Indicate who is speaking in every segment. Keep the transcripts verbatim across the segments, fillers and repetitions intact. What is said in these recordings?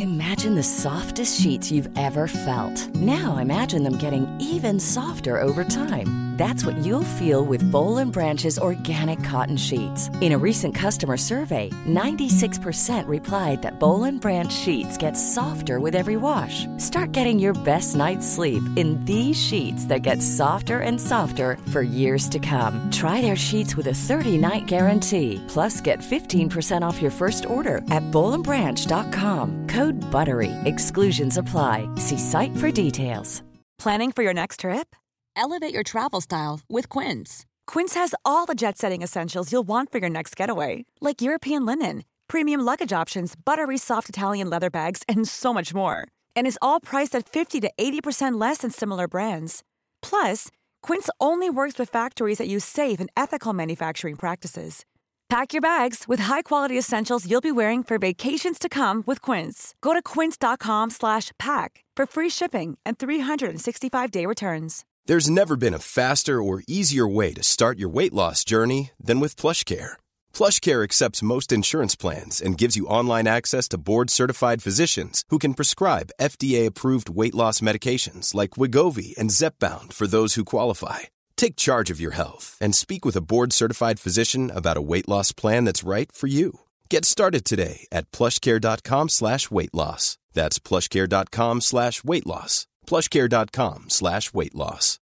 Speaker 1: Imagine the softest sheets you've ever felt. Now imagine them getting even softer over time. That's what you'll feel with Boll and Branch's organic cotton sheets. In a recent customer survey, ninety-six percent replied that Boll and Branch sheets get softer with every wash. Start getting your best night's sleep in these sheets that get softer and softer for years to come. Try their sheets with a thirty-night guarantee. Plus, get fifteen percent off your first order at boll and branch dot com. Code BUTTERY. Exclusions apply. See site for details.
Speaker 2: Planning for your next trip? Elevate your travel style with Quince. Quince has all the jet-setting essentials you'll want for your next getaway, like European linen, premium luggage options, buttery soft Italian leather bags, and so much more. And is all priced at fifty to eighty percent less than similar brands. Plus, Quince only works with factories that use safe and ethical manufacturing practices. Pack your bags with high-quality essentials you'll be wearing for vacations to come with Quince. Go to quince dot com slash pack for free shipping and three sixty-five day returns.
Speaker 3: There's never been a faster or easier way to start your weight loss journey than with PlushCare. PlushCare accepts most insurance plans and gives you online access to board-certified physicians who can prescribe F D A-approved weight loss medications like Wegovy and Zepbound for those who qualify. Take charge of your health and speak with a board-certified physician about a weight loss plan that's right for you. Get started today at plushcare.com slash weight loss. That's plushcare.com slash weight loss. plushcare.com slash weight loss.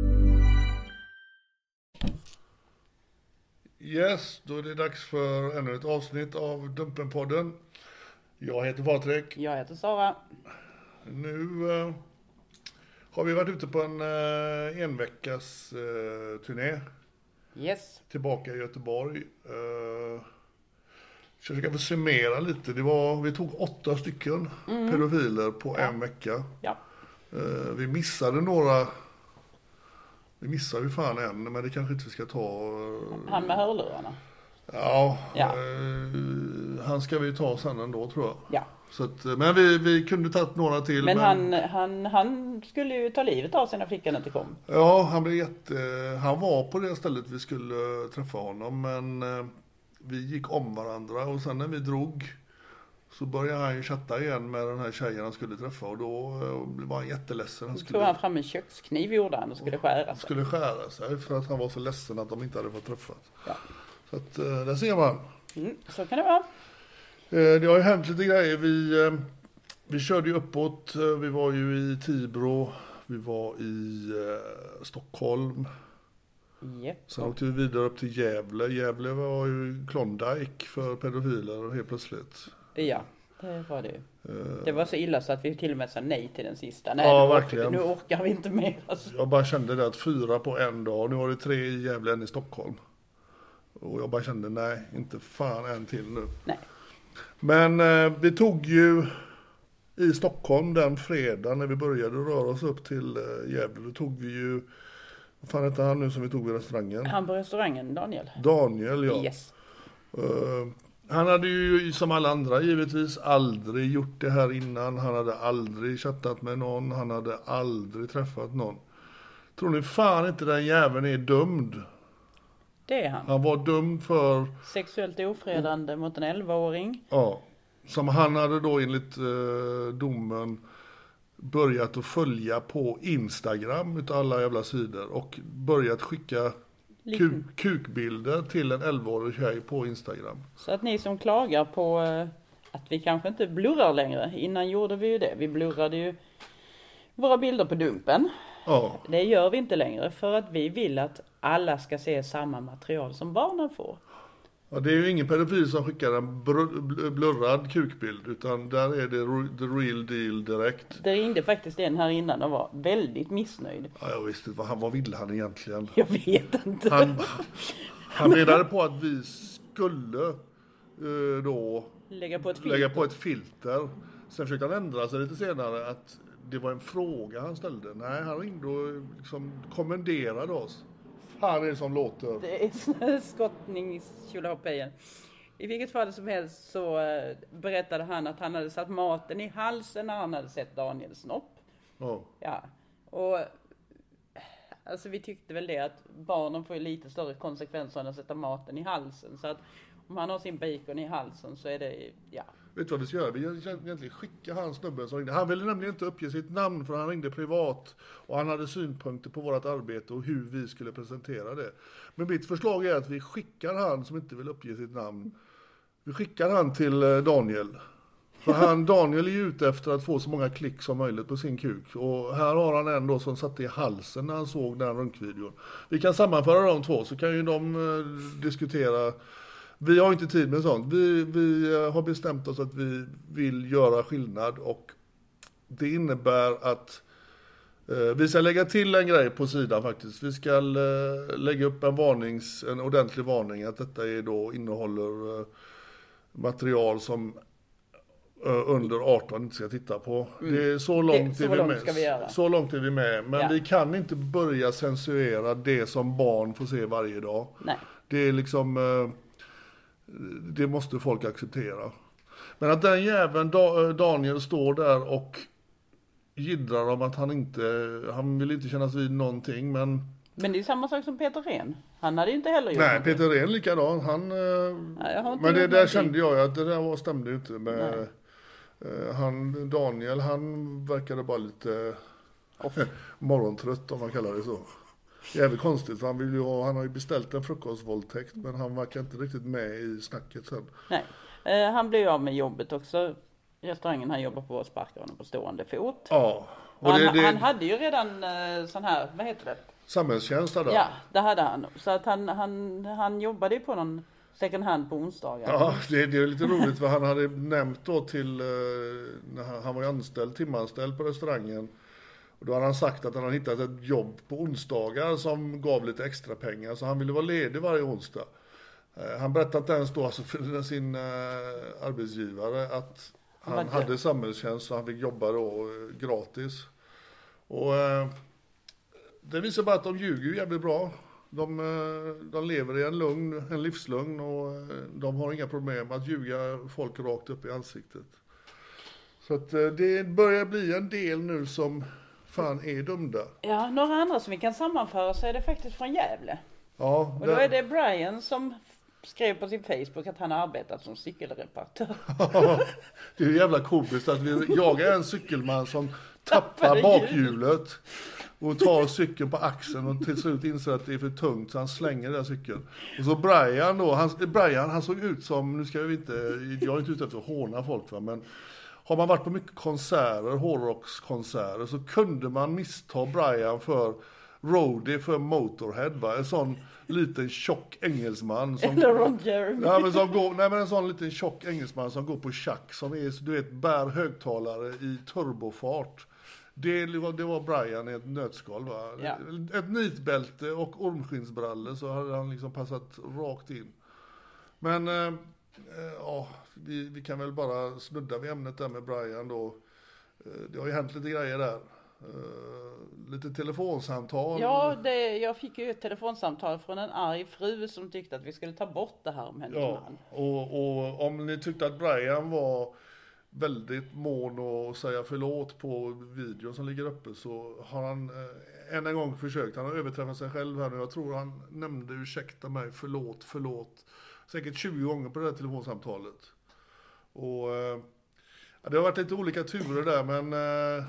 Speaker 4: Yes, då är det dags för ännu ett avsnitt av Dumpenpodden. Jag heter Patrik.
Speaker 5: Jag heter Sara.
Speaker 4: Nu uh, har vi varit ute på en uh, enveckas uh, turné.
Speaker 5: Yes.
Speaker 4: Tillbaka i Göteborg. Uh, så jag ska summera lite. Det var, vi tog åtta stycken mm. pedofiler på ja. en vecka.
Speaker 5: Ja.
Speaker 4: Uh, vi missade några. Vi missade ju fan en, men det kanske inte vi ska ta. Uh,
Speaker 5: han med hörlurarna.
Speaker 4: Ja,
Speaker 5: ja.
Speaker 4: Uh, han ska vi ta sen ändå tror jag.
Speaker 5: Ja.
Speaker 4: Så att, men vi, vi kunde tagit några till.
Speaker 5: Men, men... Han, han, han skulle ju ta livet av sina flickan när det kom.
Speaker 4: Ja, han blev jätte... Han var på det stället vi skulle träffa honom, men uh, vi gick om varandra och sen när vi drog så började han ju chatta igen med den här tjejen han skulle träffa och då uh, var han jätteledsen. Han skulle...
Speaker 5: tog han fram en kökskniv gjorde han och skulle skära sig.
Speaker 4: skulle skära sig för att han var så ledsen att de inte hade fått träffas.
Speaker 5: Ja.
Speaker 4: Så att uh, där ser man.
Speaker 5: Mm, så kan det vara.
Speaker 4: Det har ju hänt lite grejer. Vi, vi körde ju uppåt. Vi var ju i Tibro. Vi var i eh, Stockholm.
Speaker 5: Yep.
Speaker 4: Sen åkte vi vidare upp till Gävle. Gävle var ju Klondike för pedofiler helt plötsligt.
Speaker 5: Ja, det var det. Uh, det var så illa så att vi till och med sa nej till den sista. Nej,
Speaker 4: ja,
Speaker 5: nu
Speaker 4: verkligen.
Speaker 5: Orkar, nu orkar vi inte mer. Alltså.
Speaker 4: Jag bara kände det att fyra på en dag. Nu var det tre i Gävle, en i Stockholm. Och jag bara kände nej, inte fan en till nu.
Speaker 5: Nej.
Speaker 4: Men eh, vi tog ju i Stockholm den fredag när vi började röra oss upp till eh, Gävle. Då tog vi ju, vad fan heter han nu som vi tog vid restaurangen?
Speaker 5: Han på restaurangen, Daniel.
Speaker 4: Daniel, ja.
Speaker 5: Yes.
Speaker 4: Uh, han hade ju som alla andra givetvis aldrig gjort det här innan. Han hade aldrig chattat med någon. Han hade aldrig träffat någon. Tror ni fan inte den jäveln är dömd?
Speaker 5: Det är han.
Speaker 4: Han var dömd för
Speaker 5: sexuellt ofredande mot en elvaåring.
Speaker 4: Ja, som han hade då enligt eh, domen börjat att följa på Instagram utav alla jävla sidor och börjat skicka ku- kukbilder till en elvaårig tjej på Instagram.
Speaker 5: Så att ni som klagar på eh, att vi kanske inte blurrar längre, innan gjorde vi ju det. Vi blurrade ju våra bilder på Dumpen.
Speaker 4: Ja.
Speaker 5: Det gör vi inte längre för att vi vill att alla ska se samma material som barnen får.
Speaker 4: Ja, det är ju ingen pedofil som skickar en br- blurrad kukbild utan där är det re- the real deal direkt.
Speaker 5: Det ringde faktiskt en här innan och var väldigt missnöjd.
Speaker 4: Ja, jag visste vad, han, vad ville han egentligen?
Speaker 5: Jag vet inte.
Speaker 4: Han, han menade på att vi skulle eh, då
Speaker 5: lägga på ett filter.
Speaker 4: Lägga på ett filter. Sen försökte han ändra sig lite senare att det var en fråga han ställde. Nej, han ringde och liksom kommenderade oss. Fan är det som låter.
Speaker 5: Det är skottningstjolahopejen. I vilket fall som helst så uh, berättade han att han hade satt maten i halsen när han hade sett Daniels snopp.
Speaker 4: Oh.
Speaker 5: Ja. Och alltså vi tyckte väl det att barnen får lite större konsekvenser än att sätta maten i halsen. Så att om han har sin bacon i halsen så är det, ja.
Speaker 4: vet du vad vi ska göra? Vi egentligen skicka hans snubben som ringde. Han ville nämligen inte uppge sitt namn för han ringde privat. Och han hade synpunkter på vårt arbete och hur vi skulle presentera det. Men mitt förslag är att vi skickar han som inte vill uppge sitt namn. Vi skickar han till Daniel. För han, Daniel är ju ute efter att få så många klick som möjligt på sin kuk. Och här har han en då som satte i halsen när han såg den runkvideon. Vi kan sammanföra de två så kan ju de eh, diskutera. Vi har inte tid med sånt. Vi, vi har bestämt oss att vi vill göra skillnad. Och det innebär att eh, vi ska lägga till en grej på sidan faktiskt. Vi ska eh, lägga upp en varnings, en ordentlig varning att detta är då innehåller eh, material som under arton inte ska titta på. Mm. Det är så långt, det, är så, vi långt med. Ska vi göra. så långt är vi med. Men ja. vi kan inte börja censurera det som barn får se varje dag.
Speaker 5: Nej.
Speaker 4: Det är liksom det måste folk acceptera. Men att den jäveln Daniel står där och jiddrar om att han inte han vill inte kännas vid någonting, men
Speaker 5: Men det är samma sak som Peter Rehn. Han hade ju inte heller gjort
Speaker 4: Nej, någonting. Peter Rehn likadan. Han Nej, men det där någonting. Kände jag att det där var stämde ju inte med Nej. Han, Daniel, han verkade bara lite morgontrött om man kallar det så. Jävligt konstigt, för han, vill ju ha, han har ju beställt en frukostvåldtäkt men han verkar inte riktigt med i snacket sen.
Speaker 5: Nej, eh, han blev ju av med jobbet också. Restaurangen han jobbar på sparkar honom på stående fot.
Speaker 4: Ja.
Speaker 5: Och och han, det, det... han hade ju redan eh, sån här, vad heter det?
Speaker 4: Samhällstjänst hade han.
Speaker 5: Ja, det hade han. Så att han, han, han jobbade ju på någon second hand på onsdagar.
Speaker 4: Ja, det, det är lite roligt för han hade nämnt då till, när han, han var ju anställd, timanställd på restaurangen. Och då hade han sagt att han hade hittat ett jobb på onsdagar som gav lite extra pengar. Så han ville vara ledig varje onsdag. Han berättade inte ens då alltså för sin uh, arbetsgivare att han Vad hade det? samhällstjänst så han fick jobba då uh, gratis. Och uh, det visar bara att de ljuger jävligt bra. De, de lever i en lugn, en livslugn och de har inga problem med att ljuga folk rakt upp i ansiktet. Så att det börjar bli en del nu som fan är dömda.
Speaker 5: Ja, några andra som vi kan sammanföra så är det faktiskt från Gävle.
Speaker 4: Ja.
Speaker 5: Och då är det Brian som skrev på sin Facebook att han har arbetat som cykelreparatör.
Speaker 4: Det är ju jävla komiskt att vi jagar en cykelman som tappar bakhjulet och tar cykeln på axeln och till slut inser att det är för tungt så han slänger den där cykeln. Och så Brian då, han, Brian han såg ut som, nu ska vi inte, jag är inte ute efter att håna folk va, men har man varit på mycket konserter, hårdrockskonserter så kunde man missta Brian för roadie för Motorhead va, en sån liten tjock engelsman som,
Speaker 5: eller Ron Jeremy.
Speaker 4: Ja, men som går, nej men en sån liten tjock engelsman som går på schack som är, du vet, bär högtalare i turbofart. Det, det var Brian i ett nötskal va.
Speaker 5: Ja.
Speaker 4: Ett nitbälte och ormskinsbrallor så hade han liksom passat rakt in. Men äh, äh, ja, vi, vi kan väl bara snudda vid ämnet där med Brian då. Det har ju hänt lite grejer där. Uh, lite telefonsamtal.
Speaker 5: Ja, det, jag fick ju ett telefonsamtal från en arg fru som tyckte att vi skulle ta bort det här om hennes
Speaker 4: ja,
Speaker 5: man.
Speaker 4: Och, och om ni tyckte att Brian var väldigt mån och säga förlåt på videon som ligger uppe så har han eh, än en gång försökt. Han har överträffat sig själv här nu. Jag tror han nämnde ursäkta mig, förlåt, förlåt. Säkert tjugo gånger på det här telefonsamtalet. Och eh, ja, det har varit lite olika turer där men eh,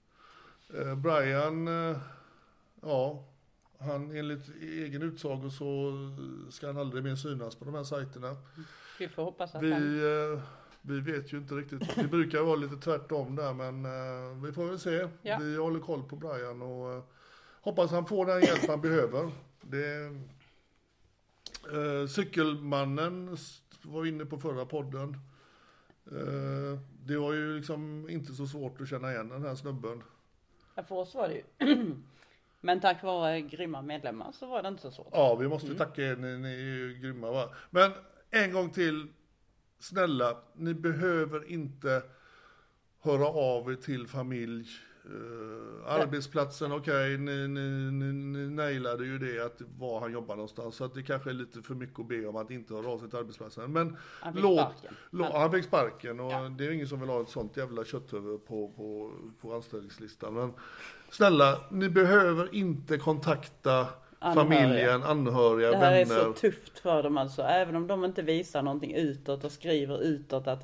Speaker 4: Brian, ja, han enligt egen utsago så ska han aldrig mer synas på de här sajterna.
Speaker 5: Vi får hoppas att
Speaker 4: vi,
Speaker 5: han...
Speaker 4: vi vet ju inte riktigt, vi brukar vara lite tvärtom där men vi får väl se. Ja. Vi håller koll på Brian och hoppas han får den hjälp han behöver. Det, eh, cykelmannen var inne på förra podden. Eh, det var ju liksom inte så svårt att känna igen den här snubben.
Speaker 5: Ja, för oss var det ju. Men tack vare grymma medlemmar så var det inte så svårt.
Speaker 4: Ja, vi måste mm. tacka er, ni, ni är ju grymma va. Men en gång till, snälla, ni behöver inte höra av er till familj. Uh, arbetsplatsen, okej, okay, ni, ni, ni, ni nailade ju det att var han jobbar någonstans. Så att det kanske är lite för mycket att be om att inte höra av sig till arbetsplatsen. Men
Speaker 5: han fick
Speaker 4: låt,
Speaker 5: sparken.
Speaker 4: Låt, han fick sparken och
Speaker 5: ja.
Speaker 4: Det är ingen som vill ha ett sånt jävla kötthuvud på, på, på anställningslistan. Men snälla, ni behöver inte kontakta anhöriga. familjen, anhöriga, vänner.
Speaker 5: Det här vänner. Är så tufft för dem alltså. Även om de inte visar någonting utåt och skriver utåt att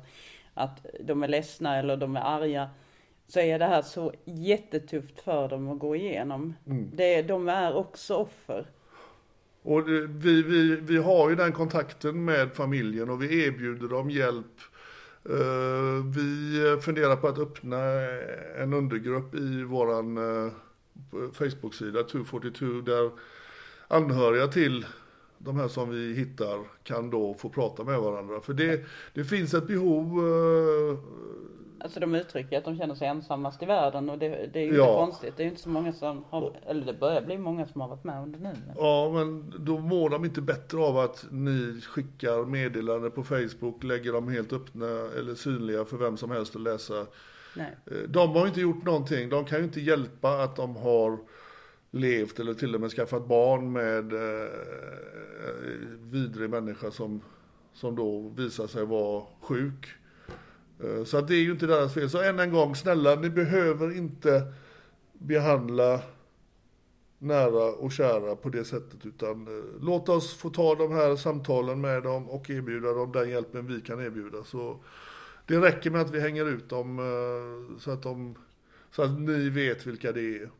Speaker 5: att de är ledsna eller de är arga, så är det här så jättetufft för dem att gå igenom. Mm. Det, de är också offer.
Speaker 4: Och det, vi, vi, vi har ju den kontakten med familjen och vi erbjuder dem hjälp. Uh, vi funderar på att öppna en undergrupp i våran uh, Facebook-sida två fyrtiotvå där anhöriga till de här som vi hittar kan då få prata med varandra. För det, det finns ett behov. Uh,
Speaker 5: Alltså de uttrycker att de känner sig ensammast i världen och det, det är ju ja. inte konstigt. Det är ju inte så många som har, eller det börjar bli många som har varit med under nu.
Speaker 4: Ja, men då mår de inte bättre av att ni skickar meddelanden på Facebook, lägger dem helt öppna eller synliga för vem som helst att läsa.
Speaker 5: Nej.
Speaker 4: De har inte gjort någonting. De kan ju inte hjälpa att de har levt eller till och med skaffat barn med eh, vidrig människa som, som då visar sig vara sjuk. Så att det är ju inte deras fel. Så än en gång, snälla, ni behöver inte behandla nära och kära på det sättet. Utan eh, låt oss få ta de här samtalen med dem och erbjuda dem den hjälpen vi kan erbjuda. Så det räcker med att vi hänger ut dem eh, så, att de, så att ni vet vilka det är.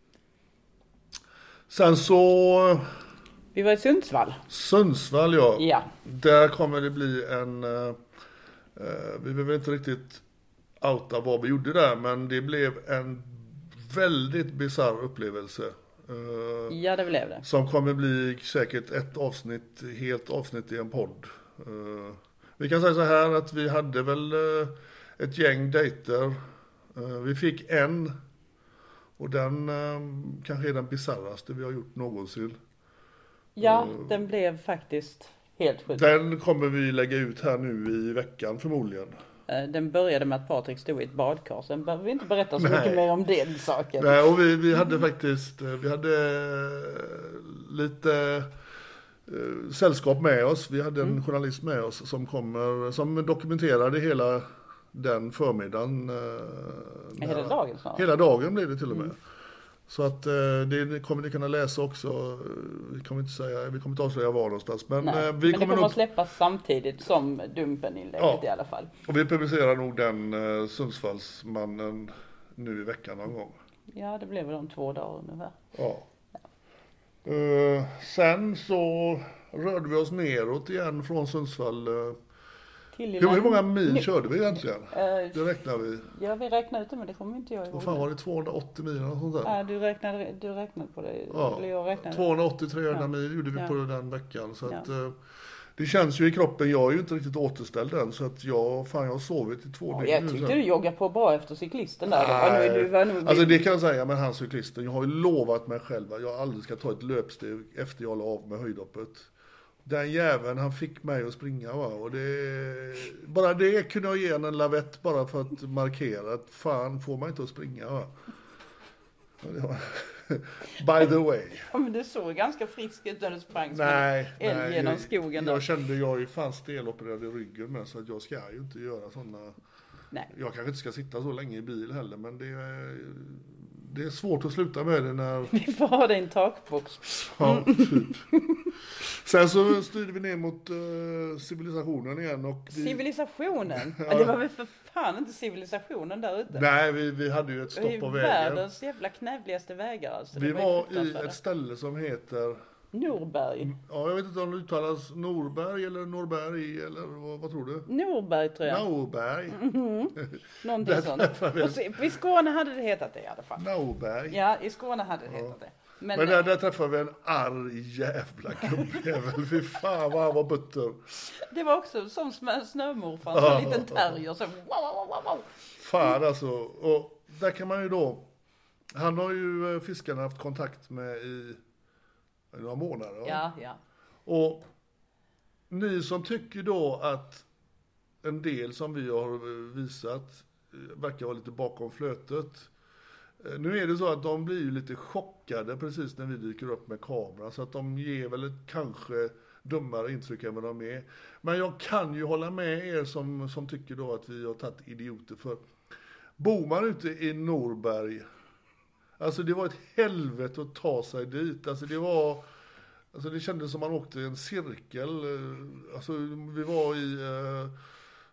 Speaker 4: Sen så...
Speaker 5: Vi var i Sundsvall.
Speaker 4: Sundsvall, ja.
Speaker 5: Ja.
Speaker 4: Där kommer det bli en... Eh, Uh, vi behöver inte riktigt outa vad vi gjorde där, men det blev en väldigt bizarr upplevelse. Uh,
Speaker 5: ja, det blev det.
Speaker 4: Som kommer bli säkert ett avsnitt, helt avsnitt i en podd. Uh, vi kan säga så här att vi hade väl uh, ett gäng dejter. Uh, vi fick en och den uh, kanske är den bizarraste vi har gjort någonsin.
Speaker 5: Ja, uh, den blev faktiskt... Helt sjukt.
Speaker 4: Den kommer vi lägga ut här nu i veckan förmodligen.
Speaker 5: Den började med att Patrik stod i ett badkar. Sen behöver vi inte berätta så Nej. mycket mer om den saken.
Speaker 4: Nej, och vi, vi hade faktiskt vi hade lite uh, sällskap med oss. Vi hade en mm. journalist med oss som kommer som dokumenterade hela den förmiddagen. Uh,
Speaker 5: hela dagen snart.
Speaker 4: Hela dagen blev det till och med. Mm. Så att eh, det kommer ni kunna läsa också. Vi kommer inte säga, vi kommer inte avslöja var någonstans. Men,
Speaker 5: Nej,
Speaker 4: eh, vi
Speaker 5: men
Speaker 4: kommer
Speaker 5: det kommer
Speaker 4: nog...
Speaker 5: att släppas samtidigt som Dumpen-inlägget ja. i alla fall.
Speaker 4: Och vi publicerar nog den eh, Sundsvallsmannen nu i veckan någon gång.
Speaker 5: Ja, det blev väl om två dagar ungefär.
Speaker 4: Ja. ja. Eh, sen så rörde vi oss neråt igen från Sundsvall. Eh, Hur, hur många mil nu, körde vi egentligen? Uh, det räknar vi.
Speaker 5: Ja, vi räknar ut det, men det kommer inte jag ihåg.
Speaker 4: Vad fan var det? tvåhundraåttio mil eller sånt där?
Speaker 5: Ja, du räknade, du räknade på det.
Speaker 4: Ja,
Speaker 5: jag räknade.
Speaker 4: tvåhundraåttio till trehundra ja. mil gjorde vi
Speaker 5: ja.
Speaker 4: på den veckan. Så
Speaker 5: ja.
Speaker 4: att, uh, det känns ju i kroppen. Jag är ju inte riktigt återställd än. Så att jag, fan, jag har sovit i två
Speaker 5: ja,
Speaker 4: dygn.
Speaker 5: Jag tyckte så. Du joggade på bra efter cyklisten där.
Speaker 4: Nej.
Speaker 5: Då. Du var nog...
Speaker 4: Alltså det kan jag säga med han cyklisten. Jag har ju lovat mig själv att jag aldrig ska ta ett löpsteg efter jag la av med höjdhoppet. Den jäveln, han fick mig att springa, va? Och det, bara det kunde jag ge en lavett bara för att markera att fan får man inte att springa, va? By the way.
Speaker 5: Ja, men det såg ganska frisk ut när du sprang
Speaker 4: nej,
Speaker 5: älg
Speaker 4: nej,
Speaker 5: genom
Speaker 4: jag,
Speaker 5: skogen.
Speaker 4: Jag kände, jag är ju fan stelopererad i ryggen med, så att jag ska ju inte göra sådana.
Speaker 5: Nej.
Speaker 4: Jag kanske inte ska sitta så länge i bil heller, men det är, det är svårt att sluta med det när...
Speaker 5: Vi får ha det i en takbox.
Speaker 4: Ja, typ. Sen så styrde vi ner mot uh, civilisationen igen. Och vi...
Speaker 5: Civilisationen? Ja. Det var väl för fan inte civilisationen där ute?
Speaker 4: Nej, vi, vi hade ju ett stopp på vägen.
Speaker 5: Det är världens jävla knävligaste vägar. Alltså.
Speaker 4: Vi var, var i ett ställe som heter...
Speaker 5: Norberg.
Speaker 4: Ja, jag vet inte om det uttalas Norberg eller Norberg eller vad, vad tror du?
Speaker 5: Norberg tror jag.
Speaker 4: Norberg.
Speaker 5: Mm-hmm. Någonting sånt. I Skåne hade det hetat det i alla fall.
Speaker 4: Norberg.
Speaker 5: Ja, i Skåne hade det hetat
Speaker 4: ja.
Speaker 5: det.
Speaker 4: Men, Men där, där träffade vi en arg jävla gubbjävel. Fy fan vad han var butter.
Speaker 5: Det var också som snömorfar. En sån liten terrier. Så...
Speaker 4: Fan alltså. Och där kan man ju då... Han har ju fiskarna haft kontakt med i några månader.
Speaker 5: Ja, ja.
Speaker 4: Och ni som tycker då att en del som vi har visat verkar vara lite bakom flötet. Nu är det så att de blir ju lite chockade precis när vi dyker upp med kamera. Så att de ger väl ett kanske dummare intryck än vad de är. Men jag kan ju hålla med er som, som tycker då att vi har tagit idioter för. Bor man ute i Norberg, alltså det var ett helvete att ta sig dit. Alltså det var, alltså det kändes som man åkte i en cirkel. Alltså vi var i,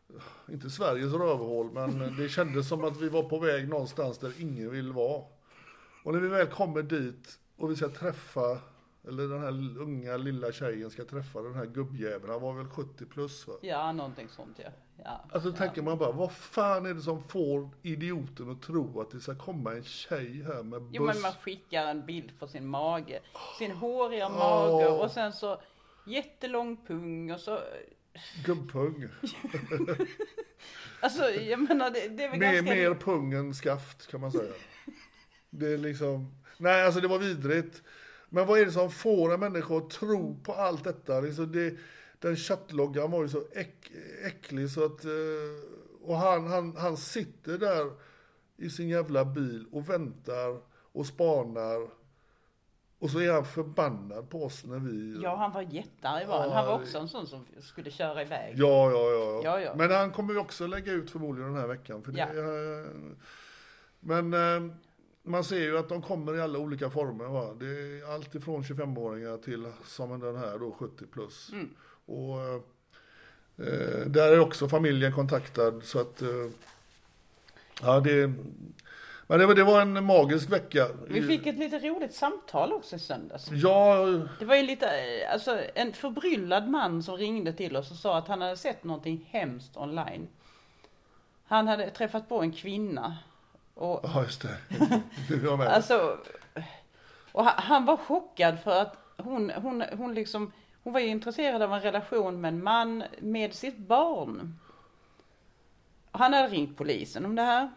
Speaker 4: inte Sveriges rövhål, men det kändes som att vi var på väg någonstans där ingen vill vara. Och när vi väl kommer dit och vi ska träffa, eller den här unga lilla tjejen ska träffa den här gubbjäveln, han var väl sjuttio plus va?
Speaker 5: Ja, någonting sånt ja. ja.
Speaker 4: Alltså
Speaker 5: ja.
Speaker 4: tänker man bara, vad fan är det som får idioten att tro att det ska komma en tjej här med buss?
Speaker 5: Jo, men man skickar en bild på sin mage, sin håriga mage
Speaker 4: oh.
Speaker 5: och sen så jättelång pung och så...
Speaker 4: Gubbpung.
Speaker 5: Alltså, jag menar, det, det är väl
Speaker 4: mer,
Speaker 5: ganska...
Speaker 4: mer pung än skaft kan man säga. Det är liksom, nej alltså det var vidrigt. Men vad är det som får en människa att tro på allt detta? Liksom det, den chattloggan var ju så äck, äcklig så att, och han, han, han sitter där i sin jävla bil och väntar och spanar. Och så är han förbannad på oss när vi...
Speaker 5: Ja, han var jättearg var han. Han var också en sån som skulle köra iväg.
Speaker 4: Ja, ja, ja.
Speaker 5: ja, ja.
Speaker 4: Men han kommer ju också lägga ut förmodligen den här veckan. För det, ja. Men eh, man ser ju att de kommer i alla olika former. Va? Det är allt ifrån tjugofemåringar till som den här då sjuttio plus. Mm. Och eh, där är också familjen kontaktad. Så att... Eh, ja, det... Men det var, det var en magisk vecka.
Speaker 5: Vi fick ett lite roligt samtal också i söndags.
Speaker 4: Ja.
Speaker 5: Det var ju lite, alltså en förbryllad man som ringde till oss och sa att han hade sett någonting hemskt online. Han hade träffat på en kvinna. Och,
Speaker 4: ja, just det. Det var med.
Speaker 5: Alltså, och han var chockad för att hon, hon, hon liksom, hon var ju intresserad av en relation med en man med sitt barn. Han hade ringt polisen om det här.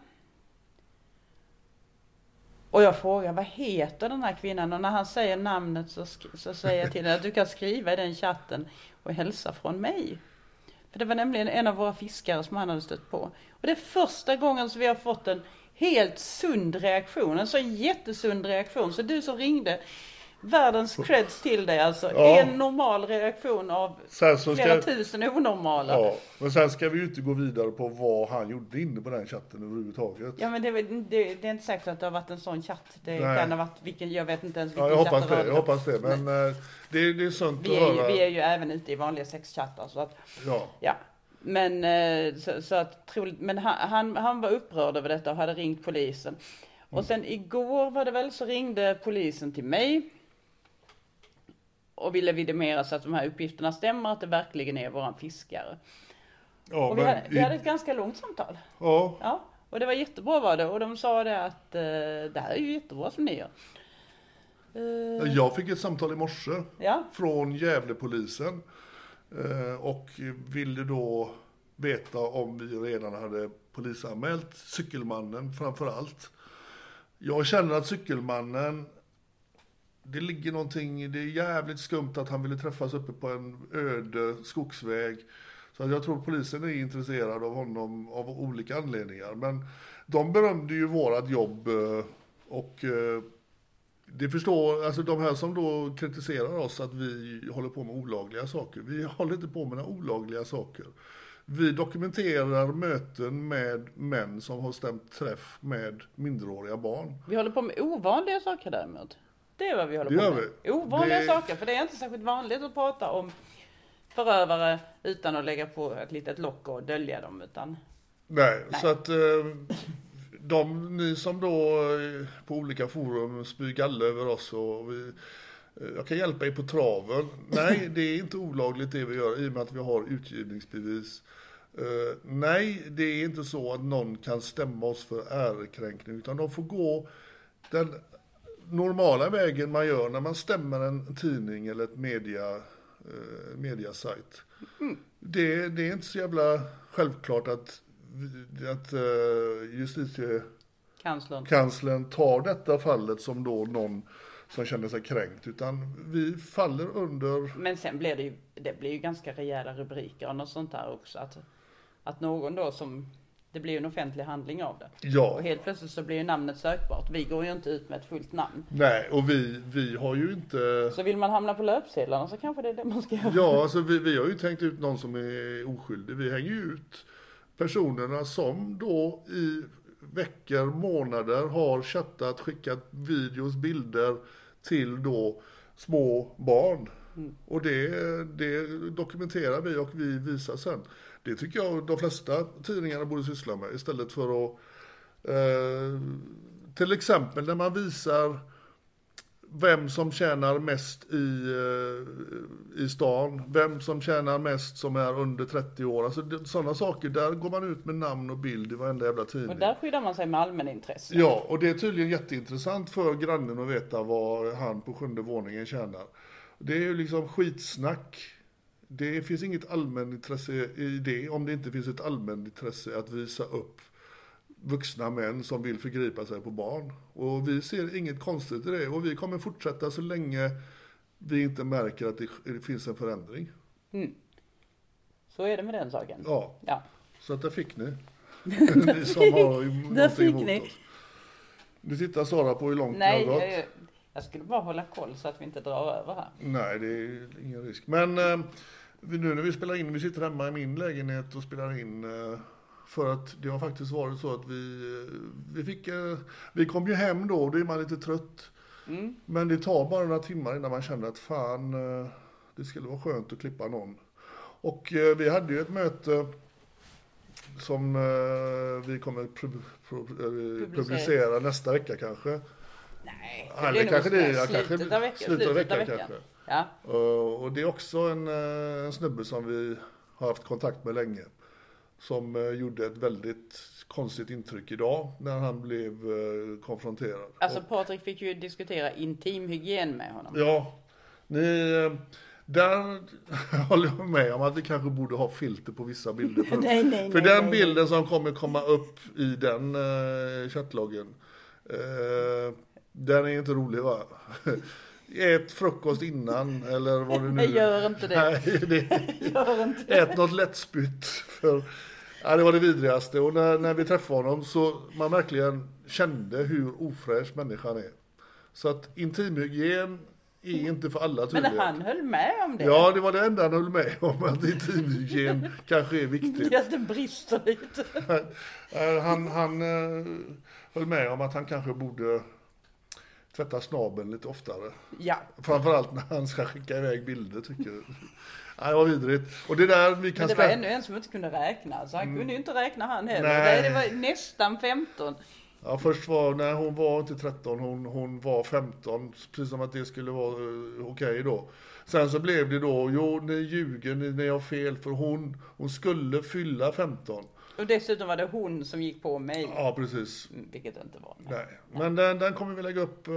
Speaker 5: Och jag frågar, vad heter den här kvinnan? Och när han säger namnet så, sk- så säger jag till henne att du kan skriva i den chatten och hälsa från mig. För det var nämligen en av våra fiskare som han hade stött på. Och det är första gången som vi har fått en helt sund reaktion. En så jättesund reaktion. Så du som ringde, världens creds till dig alltså. Ja. En normal reaktion av flera ska... tusen onormala.
Speaker 4: Ja, men sen ska vi ju inte gå vidare på vad han gjorde inne på den chatten överhuvudtaget.
Speaker 5: Ja, men det, det, det är inte säkert att det har varit en sån chatt. Det Nej. kan ha varit vilken, jag vet inte ens vilken
Speaker 4: ja, jag
Speaker 5: chatt
Speaker 4: hoppas
Speaker 5: det var.
Speaker 4: det, jag hoppas det, men Nej. det, det är sunt
Speaker 5: vi
Speaker 4: att
Speaker 5: är,
Speaker 4: höra.
Speaker 5: Vi är ju även ute i vanliga sexchattar så att,
Speaker 4: ja.
Speaker 5: ja. Men, så, så att, troligt, men han, han, han var upprörd över detta och hade ringt polisen. Och mm. sen igår var det väl så ringde polisen till mig. Och ville vidimera så att de här uppgifterna stämmer, att det verkligen är våran fiskare. Ja, och vi, hade, vi hade ett ganska långt samtal.
Speaker 4: Ja.
Speaker 5: Ja. Och det var jättebra var det. Och de sa det att eh, det här är ju jättebra som ni gör.
Speaker 4: Eh, Jag fick ett samtal i morse
Speaker 5: ja.
Speaker 4: från Gävlepolisen. Eh, och ville då veta om vi redan hade polisanmält cykelmannen framför allt. Jag känner att cykelmannen... Det ligger någonting, det är jävligt skumt att han ville träffas uppe på en öde skogsväg. Så att jag tror polisen är intresserad av honom av olika anledningar. Men de berömde ju vårat jobb och det förstår, alltså de här som då kritiserar oss att vi håller på med olagliga saker. Vi håller inte på med några olagliga saker. Vi dokumenterar möten med män som har stämt träff med minderåriga barn.
Speaker 5: Vi håller på med ovanliga saker däremot. Det är vad vi håller på med. Vi. Ovanliga det... saker, för det är inte särskilt vanligt att prata om förövare utan att lägga på ett litet lock och dölja dem. Utan...
Speaker 4: Nej, Nej, så att de, ni som då på olika forum spyr galler över oss och vi, jag kan hjälpa er på traven. Nej, det är inte olagligt det vi gör i och med att vi har utgivningsbevis. Uh, nej, det är inte så att någon kan stämma oss för ärekränkning utan de får gå den normala vägen man gör när man stämmer en tidning eller ett media, uh, mediasajt. Mm. Det, det är inte så jävla självklart att, att uh, justitiekanslern Kanslern tar detta fallet som då någon som känner sig kränkt, utan vi faller under...
Speaker 5: Men sen blir det ju, det blir ju ganska rejäla rubriker och något sånt där också, att, att någon då som, det blir ju en offentlig handling av det.
Speaker 4: Ja.
Speaker 5: Och helt plötsligt så blir ju namnet sökbart. Vi går ju inte ut med ett fullt namn.
Speaker 4: Nej, och vi, vi har ju inte...
Speaker 5: Så vill man hamna på löpsedlarna så kanske det är det man ska göra.
Speaker 4: Ja, alltså vi, vi har ju tänkt ut någon som är oskyldig. Vi hänger ju ut personerna som då i veckor, månader har chattat, skickat videos, bilder till då små barn. Mm. Och det, det dokumenterar vi och vi visar sen. Det tycker jag de flesta tidningarna borde syssla med istället för att eh, till exempel när man visar vem som tjänar mest i, i stan, vem som tjänar mest som är under trettio år. Alltså sådana saker, där går man ut med namn och bild i varenda jävla tidning.
Speaker 5: Och där skyddar man sig med allmänintresse.
Speaker 4: Ja, och det är tydligen jätteintressant för grannen att veta vad han på sjunde våningen tjänar. Det är ju liksom skitsnack. Det finns inget allmänintresse i det om det inte finns ett allmänintresse att visa upp vuxna män som vill förgripa sig på barn. Och vi ser inget konstigt i det. Och vi kommer fortsätta så länge vi inte märker att det finns en förändring.
Speaker 5: Mm. Så är det med den saken.
Speaker 4: Ja,
Speaker 5: ja.
Speaker 4: Så att det fick ni. Ni som har
Speaker 5: det fick ni.
Speaker 4: Oss. Nu tittar Sara på hur långt
Speaker 5: Nej,
Speaker 4: det har gått.
Speaker 5: Jag, jag skulle bara hålla koll så att vi inte drar över här.
Speaker 4: Nej, det är ingen risk. Men eh, nu när vi spelar in, vi sitter hemma i min lägenhet och spelar in... Eh, För att det har faktiskt varit så att vi, vi fick, vi kom ju hem då och då är man lite trött. Mm. Men det tar bara några timmar innan man känner att fan, det skulle vara skönt att klippa någon. Och vi hade ju ett möte som vi kommer pub- pub- publicera nästa vecka kanske.
Speaker 5: Nej,
Speaker 4: det blir kanske det,
Speaker 5: slutet
Speaker 4: kanske
Speaker 5: av veckan.
Speaker 4: Slutet av veckan,
Speaker 5: veckan.
Speaker 4: kanske.
Speaker 5: Ja.
Speaker 4: Och det är också en, en snubbe som vi har haft kontakt med länge. Som uh, gjorde ett väldigt konstigt intryck idag när han blev uh, konfronterad.
Speaker 5: Alltså och, Patrik fick ju diskutera intimhygien med honom.
Speaker 4: Ja, ni, uh, där håller jag med om att vi kanske borde ha filter på vissa bilder. För,
Speaker 5: nej, nej,
Speaker 4: för
Speaker 5: nej,
Speaker 4: den
Speaker 5: nej,
Speaker 4: bilden
Speaker 5: nej.
Speaker 4: som kommer komma upp i den uh, chattloggen, uh, den är inte rolig va? Ät frukost innan eller vad det nu är.
Speaker 5: Gör inte det.
Speaker 4: Nej, det
Speaker 5: Gör inte det.
Speaker 4: Ät något lättspytt. För, ja, det var det vidrigaste. Och när, när vi träffade honom så man verkligen kände hur ofräsch människan är. Så att intimhygien är inte för alla tydligen.
Speaker 5: Men han höll med om det.
Speaker 4: Ja, det var det enda han höll med om. Att intimhygien kanske är viktigt.
Speaker 5: Ja, det brister lite.
Speaker 4: Han, han höll med om att han kanske borde... tvätta snabeln lite oftare.
Speaker 5: Ja.
Speaker 4: Framförallt när han ska skicka iväg bilder tycker jag. Nej, det var vidrigt. Och det där vi kan
Speaker 5: Men det var ännu en som inte kunde räkna. Så han mm. kunde ju inte räkna han heller. Nej. Det var nästan femton.
Speaker 4: Ja, först var, när hon var inte tretton, hon, hon var femton. Precis som att det skulle vara uh, okej okay då. Sen så blev det då, jo ni ljuger, ni, ni har fel. För hon, hon skulle fylla femton. Och
Speaker 5: dessutom var det hon som gick på mig.
Speaker 4: Ja, precis.
Speaker 5: Vilket inte var.
Speaker 4: Nej. Nej. Men den, den kommer vi lägga upp uh,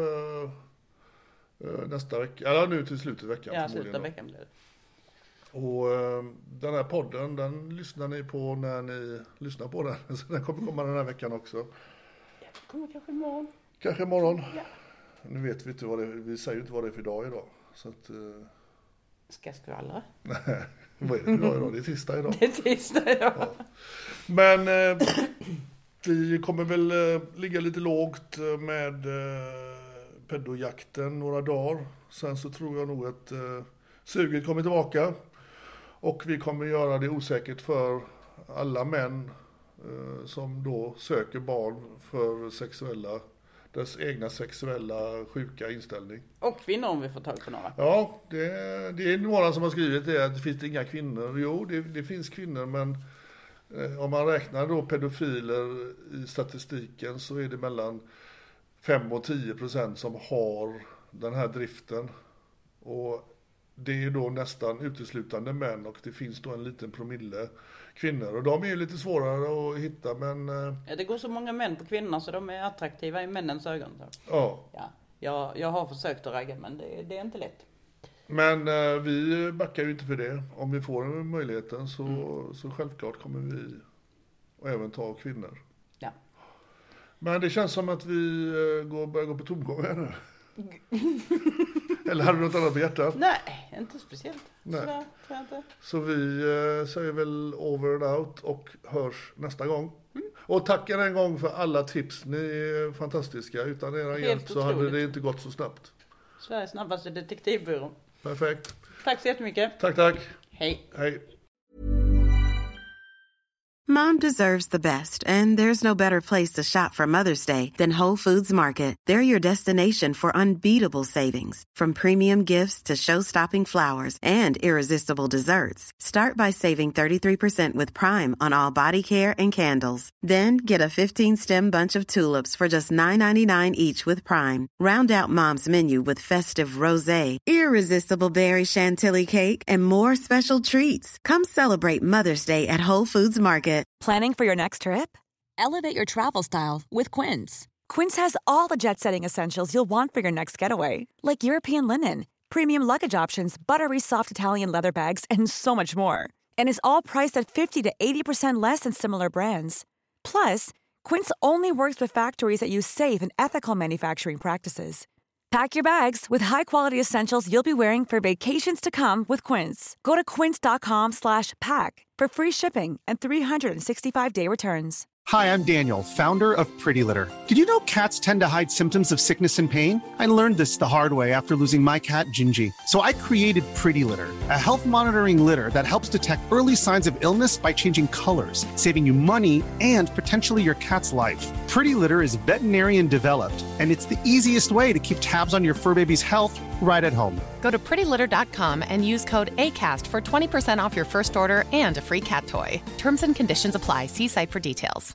Speaker 4: uh, nästa vecka. Eller nu till slutet av veckan.
Speaker 5: Ja, slutet av veckan blir det.
Speaker 4: Och uh, den här podden, den lyssnar ni på när ni lyssnar på den. Så den kommer komma den här veckan också.
Speaker 5: Ja, det kommer kanske imorgon.
Speaker 4: Kanske imorgon.
Speaker 5: Ja.
Speaker 4: Nu vet vi inte vad det är. Vi säger ju inte vad det är för dag idag. Så att... Uh...
Speaker 5: Ska jag skvallra?
Speaker 4: Nej. Vad är det för dag idag? Det är tisdag idag.
Speaker 5: Det är tisdag idag.
Speaker 4: Ja. Men eh, vi kommer väl eh, ligga lite lågt med eh, pedojakten några dagar. Sen så tror jag nog att eh, suget kommer tillbaka. Och vi kommer göra det osäkert för alla män eh, som då söker barn för sexuella, dess egna sexuella sjuka inställning.
Speaker 5: Och kvinnor om vi får tag på några.
Speaker 4: Ja, det, det är några som har skrivit det att det finns inga kvinnor. Jo, det, det finns kvinnor men eh, om man räknar då pedofiler i statistiken så är det mellan fem och tio procent som har den här driften. Och det är då nästan uteslutande män och det finns då en liten promille kvinnor. Och de är ju lite svårare att hitta men...
Speaker 5: Ja, det går så många män på kvinnorna så de är attraktiva i männens ögon. Så.
Speaker 4: Ja.
Speaker 5: Ja. Jag, jag har försökt att ragga men det, det är inte lätt.
Speaker 4: Men eh, vi backar ju inte för det. Om vi får möjligheten så, mm. så självklart kommer vi och även ta kvinnor.
Speaker 5: Ja.
Speaker 4: Men det känns som att vi eh, går, börjar gå på tomgång här nu. Eller hade du något annat på hjärtat?
Speaker 5: Nej, inte speciellt.
Speaker 4: Nej.
Speaker 5: Sådär, tror jag inte.
Speaker 4: Så vi eh, säger väl over and out och hörs nästa gång. Mm. Och tack er en gång för alla tips. Ni är fantastiska. Utan era hjälp så hade det inte gått så snabbt.
Speaker 5: Sveriges snabbaste detektivbyrå.
Speaker 4: Perfekt.
Speaker 5: Tack så jättemycket.
Speaker 4: Tack, tack.
Speaker 5: Hej.
Speaker 4: Hej.
Speaker 6: Mom deserves the best, and there's no better place to shop for Mother's Day than Whole Foods Market. They're your destination for unbeatable savings, from premium gifts to show-stopping flowers and irresistible desserts. Start by saving thirty-three percent with Prime on all body care and candles. Then get a fifteen-stem bunch of tulips for just nine ninety-nine each with Prime. Round out Mom's menu with festive rosé, irresistible berry chantilly cake, and more special treats. Come celebrate Mother's Day at Whole Foods Market.
Speaker 2: Planning for your next trip? Elevate your travel style with Quince. Quince has all the jet-setting essentials you'll want for your next getaway, like European linen, premium luggage options, buttery soft Italian leather bags, and so much more. And is all priced at fifty to eighty percent less than similar brands. Plus, Quince only works with factories that use safe and ethical manufacturing practices. Pack your bags with high-quality essentials you'll be wearing for vacations to come with Quince. Go to quince.com slash pack for free shipping and three sixty-five day returns.
Speaker 7: Hi, I'm Daniel, founder of Pretty Litter. Did you know cats tend to hide symptoms of sickness and pain? I learned this the hard way after losing my cat, Gingy. So I created Pretty Litter, a health monitoring litter that helps detect early signs of illness by changing colors, saving you money and potentially your cat's life. Pretty Litter is veterinarian developed, and it's the easiest way to keep tabs on your fur baby's health right at home.
Speaker 8: Go to pretty litter dot com and use code ACAST for twenty percent off your first order and a free cat toy. Terms and conditions apply. See site for details.